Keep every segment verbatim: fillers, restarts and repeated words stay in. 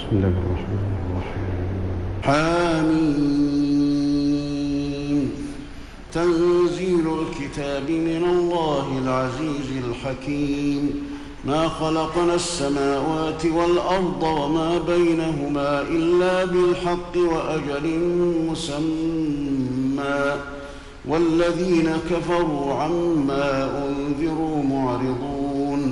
بسم الله الرحمن الرحيم. حميم. تنزيل الكتاب من الله العزيز الحكيم. ما خلقنا السماوات والأرض وما بينهما إلا بالحق وأجل مسمى والذين كفروا عما أنذروا معرضون.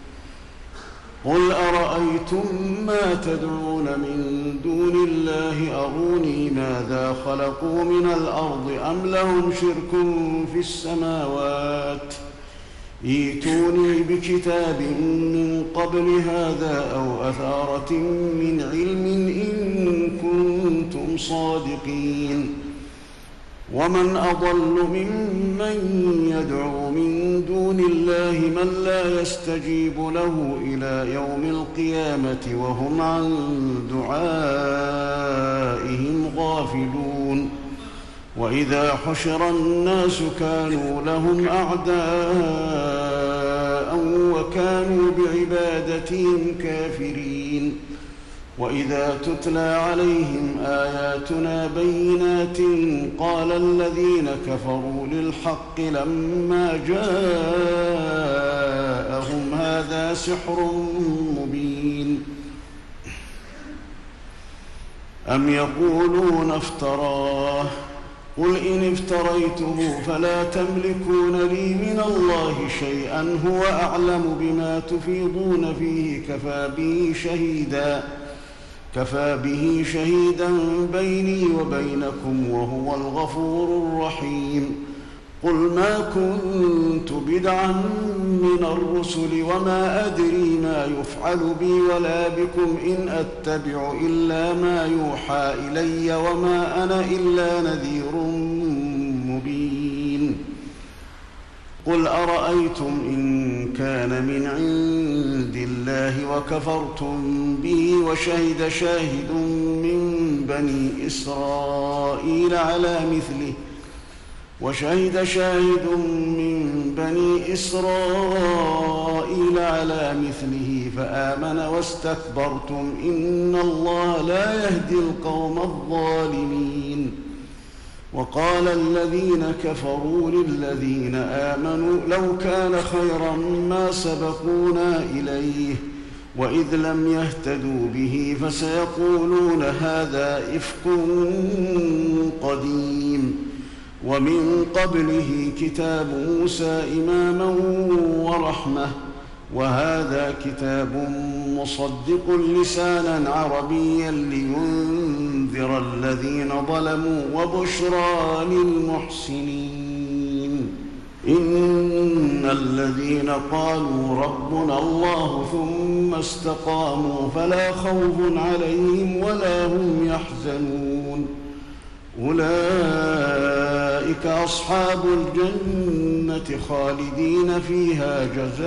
قل أرأيتم ما تدعون من دون الله أروني ماذا خلقوا من الأرض أم لهم شرك في السماوات ائتوني بكتاب من قبل هذا أو أثارة من علم إن كنتم صادقين. ومن أضل ممن يدعو من دون الله من لا يستجيب له إلى يوم القيامة وهم عن دعائهم غافلون. وإذا حشر الناس كانوا لهم أعداء وكانوا بعبادتهم كافرين. وإذا تتلى عليهم آياتنا بينات قال الذين كفروا للحق لما جاءهم هذا سحر مبين. أم يقولون افتراه قل إن افتريته فلا تملكون لي من الله شيئا هو أعلم بما تفيضون فيه كفى به شهيدا كفى به شهيدا بيني وبينكم وهو الغفور الرحيم. قل ما كنت بدعا من الرسل وما أدري ما يفعل بي ولا بكم إن أتبع إلا ما يوحى إلي وما أنا إلا نذير مبين. قل أرأيتم إن كان من عند الله وكفرتم به وشهد شاهد من بني إسرائيل على مثله وشهد شاهد من بني إسرائيل على مثله فآمن واستكبرتم إن الله لا يهدي القوم الظالمين. وقال الذين كفروا للذين آمنوا لو كان خيرا ما سبقونا إليه وإذ لم يهتدوا به فسيقولون هذا إفك قديم. ومن قبله كتاب موسى إماما ورحمة وهذا كتاب مصدق لسانا عربيا لينذر الذين ظلموا وبشرى للمحسنين. إن الذين قالوا ربنا الله ثم استقاموا فلا خوف عليهم ولا هم يحزنون. أولئك أصحاب الجنة خالدين فيها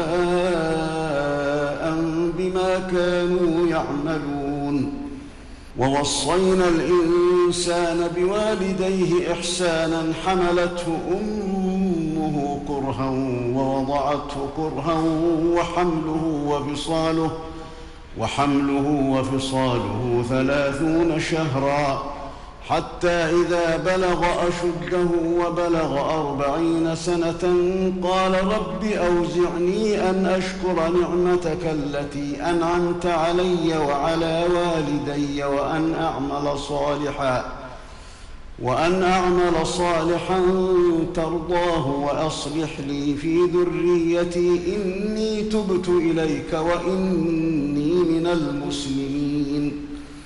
جزاء بما كانوا يعملون. ووصينا الإنسان بوالديه إحسانا حملته أمه كرها ووضعته كرها وحمله وفصاله وحمله وفصاله ثلاثون شهرا حتى إذا بلغ أشده وبلغ أربعين سنة قال رب أوزعني أن أشكر نعمتك التي أنعمت علي وعلى والدي وأن أعمل صالحا وأن أعمل صالحا ترضاه وأصلح لي في ذريتي إني تبت إليك وإني من المسلمين.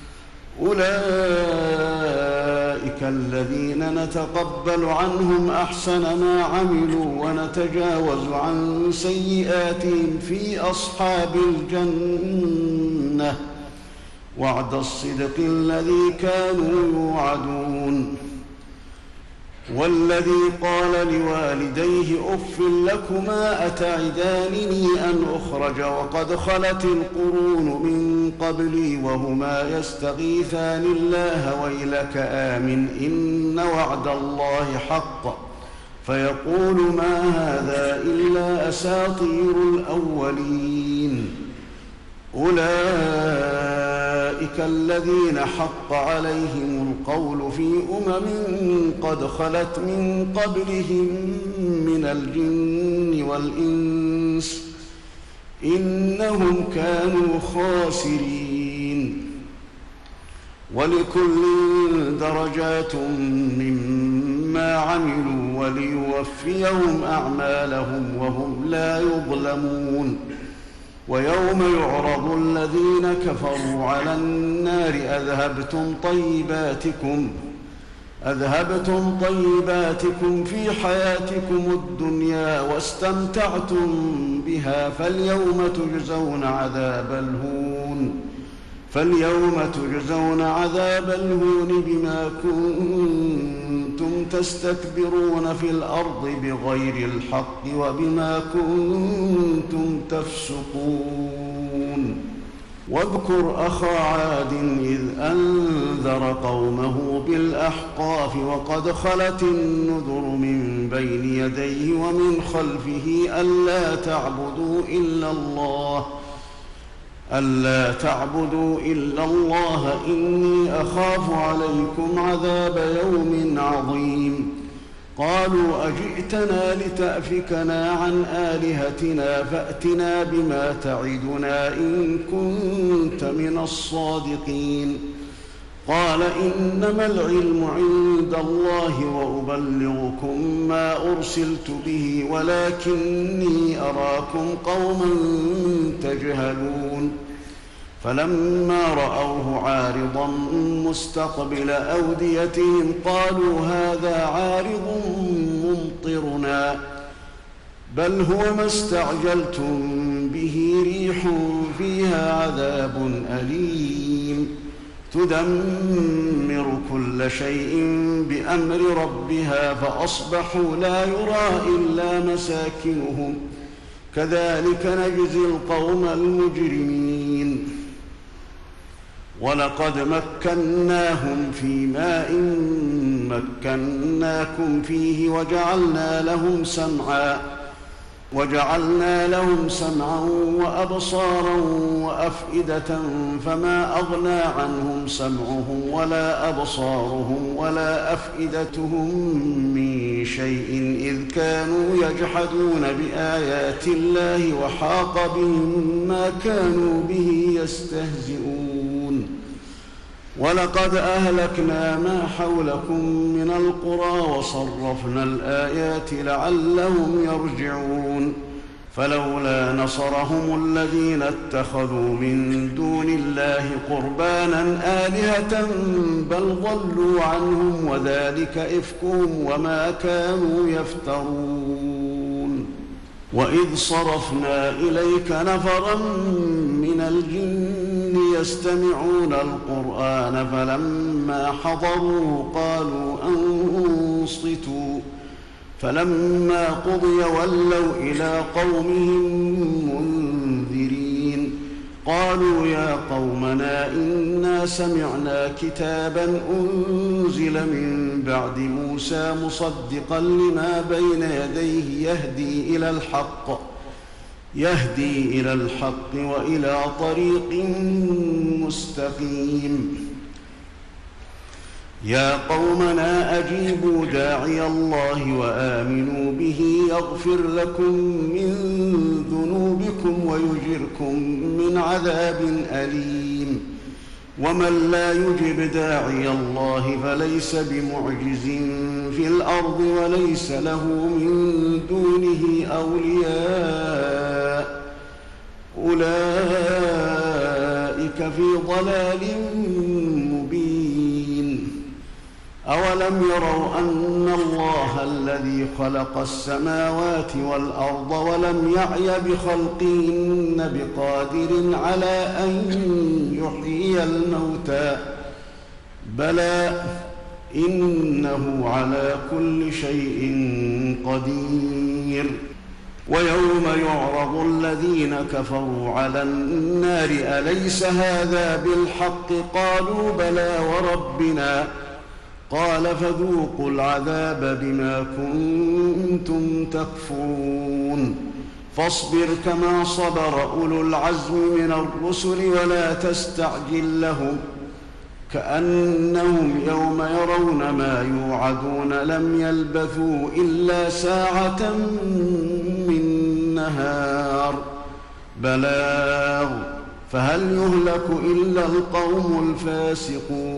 أولئك الذين نتقبل عنهم أحسن ما عملوا ونتجاوز عن سيئاتهم في أصحاب الجنة وعد الصدق الذي كانوا يوعدون. والذي قال لوالديه أف لكما أتعدانني أن أخرج وقد خلت القرون من قبلي وهما يستغيثان الله ويلك آمن إن وعد الله حق فيقول ما هذا إلا أساطير الأولين. أولئك أولئك الذين حق عليهم القول في أمم قد خلت من قبلهم من الجن والإنس إنهم كانوا خاسرين. ولكل درجات مما عملوا وليوفيهم أعمالهم وهم لا يظلمون. ويوم يعرض الذين كفروا على النار أذهبتم طيباتكم أذهبتم طيباتكم في حياتكم الدنيا واستمتعتم بها فاليوم تجزون عذاب الهون فاليوم تجزون عذاب الهون بما كنتم تستكبرون في الأرض بغير الحق وبما كنتم تفسقون. واذكر أخا عاد إذ أنذر قومه بالأحقاف وقد خلت النذر من بين يديه ومن خلفه ألا تعبدوا إلا الله ألا تعبدوا إلا الله إني أخاف عليكم عذاب يوم عظيم. قالوا أجئتنا لتأفكنا عن آلهتنا فأتنا بما تعدنا إن كنت من الصادقين. قال إنما العلم عند الله وأبلغكم ما أرسلت به ولكني أراكم قوما تجهلون. فلما رأوه عارضا مستقبل أوديتهم قالوا هذا عارض ممطرنا بل هو ما استعجلتم به ريح فيها عذاب أليم تدمر كل شيء بأمر ربها فأصبحوا لا يرى إلا مساكنهم كذلك نجزي القوم المجرمين. ولقد مكناهم في ماء مكناكم فيه وجعلنا لهم سمعا وجعلنا لهم سمعا وأبصارا وأفئدة فما أغنى عنهم سمعهم ولا أبصارهم ولا أفئدتهم من شيء إذ كانوا يجحدون بآيات الله وحاق بهم ما كانوا به يستهزئون. ولقد أهلكنا ما حولكم من القرى وصرفنا الآيات لعلهم يرجعون. فلولا نصرهم الذين اتخذوا من دون الله قربانا آلهة بل ضلوا عنهم وذلك إفكهم وما كانوا يفترون. وإذ صرفنا إليك نفرا من الجن يستمعون القرآن فلما حضروا قالوا أنصتوا فلما قضي ولوا إلى قومهم منذرين. قالوا يا قومنا إنا سمعنا كتابا أنزل من بعد موسى مصدقا لما بين يديه يهدي إلى الحق يهدي إلى الحق وإلى طريق مستقيم. يا قومنا أجيبوا داعي الله وآمنوا به يغفر لكم من ذنوبكم ويجركم من عذاب أليم. ومن لا يجب داعي الله فليس بمعجز في الأرض وليس له من دونه أولياء أولئك في ضلال مبين. أولم يروا أن الله الذي خلق السماوات والأرض ولم يعي بخلقهن بقادر على أن يحيي الموتى بلى إنه على كل شيء قدير. ويوم يعرض الذين كفروا على النار أليس هذا بالحق قالوا بلى وربنا قال فذوقوا العذاب بما كنتم تكفرون. فاصبر كما صبر أولو العزم من الرسل ولا تستعجل لهم كأنهم يوم يرون ما يوعدون لم يلبثوا إلا ساعة من نهار بلاغ فهل يهلك إلا القوم الفاسقون